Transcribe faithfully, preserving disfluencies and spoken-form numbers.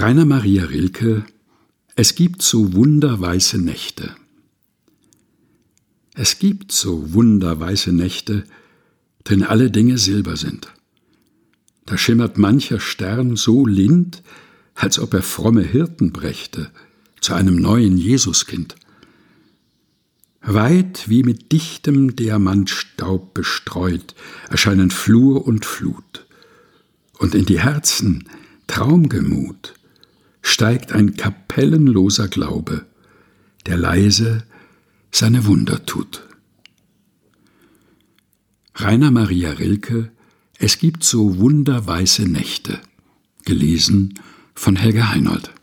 Rainer Maria Rilke: Es gibt so wunderweiße Nächte. Es gibt so wunderweiße Nächte, drin alle Dinge silber sind. Da schimmert mancher Stern so lind, als ob er fromme Hirten brächte zu einem neuen Jesuskind. Weit wie mit dichtem Diamantstaub bestreut erscheinen Flur und Flut, und in die Herzen traumgemut steigt ein kapellenloser Glaube, der leise seine Wunder tut. Rainer Maria Rilke: Es gibt so wunderweiße Nächte, gelesen von Helga Heinold.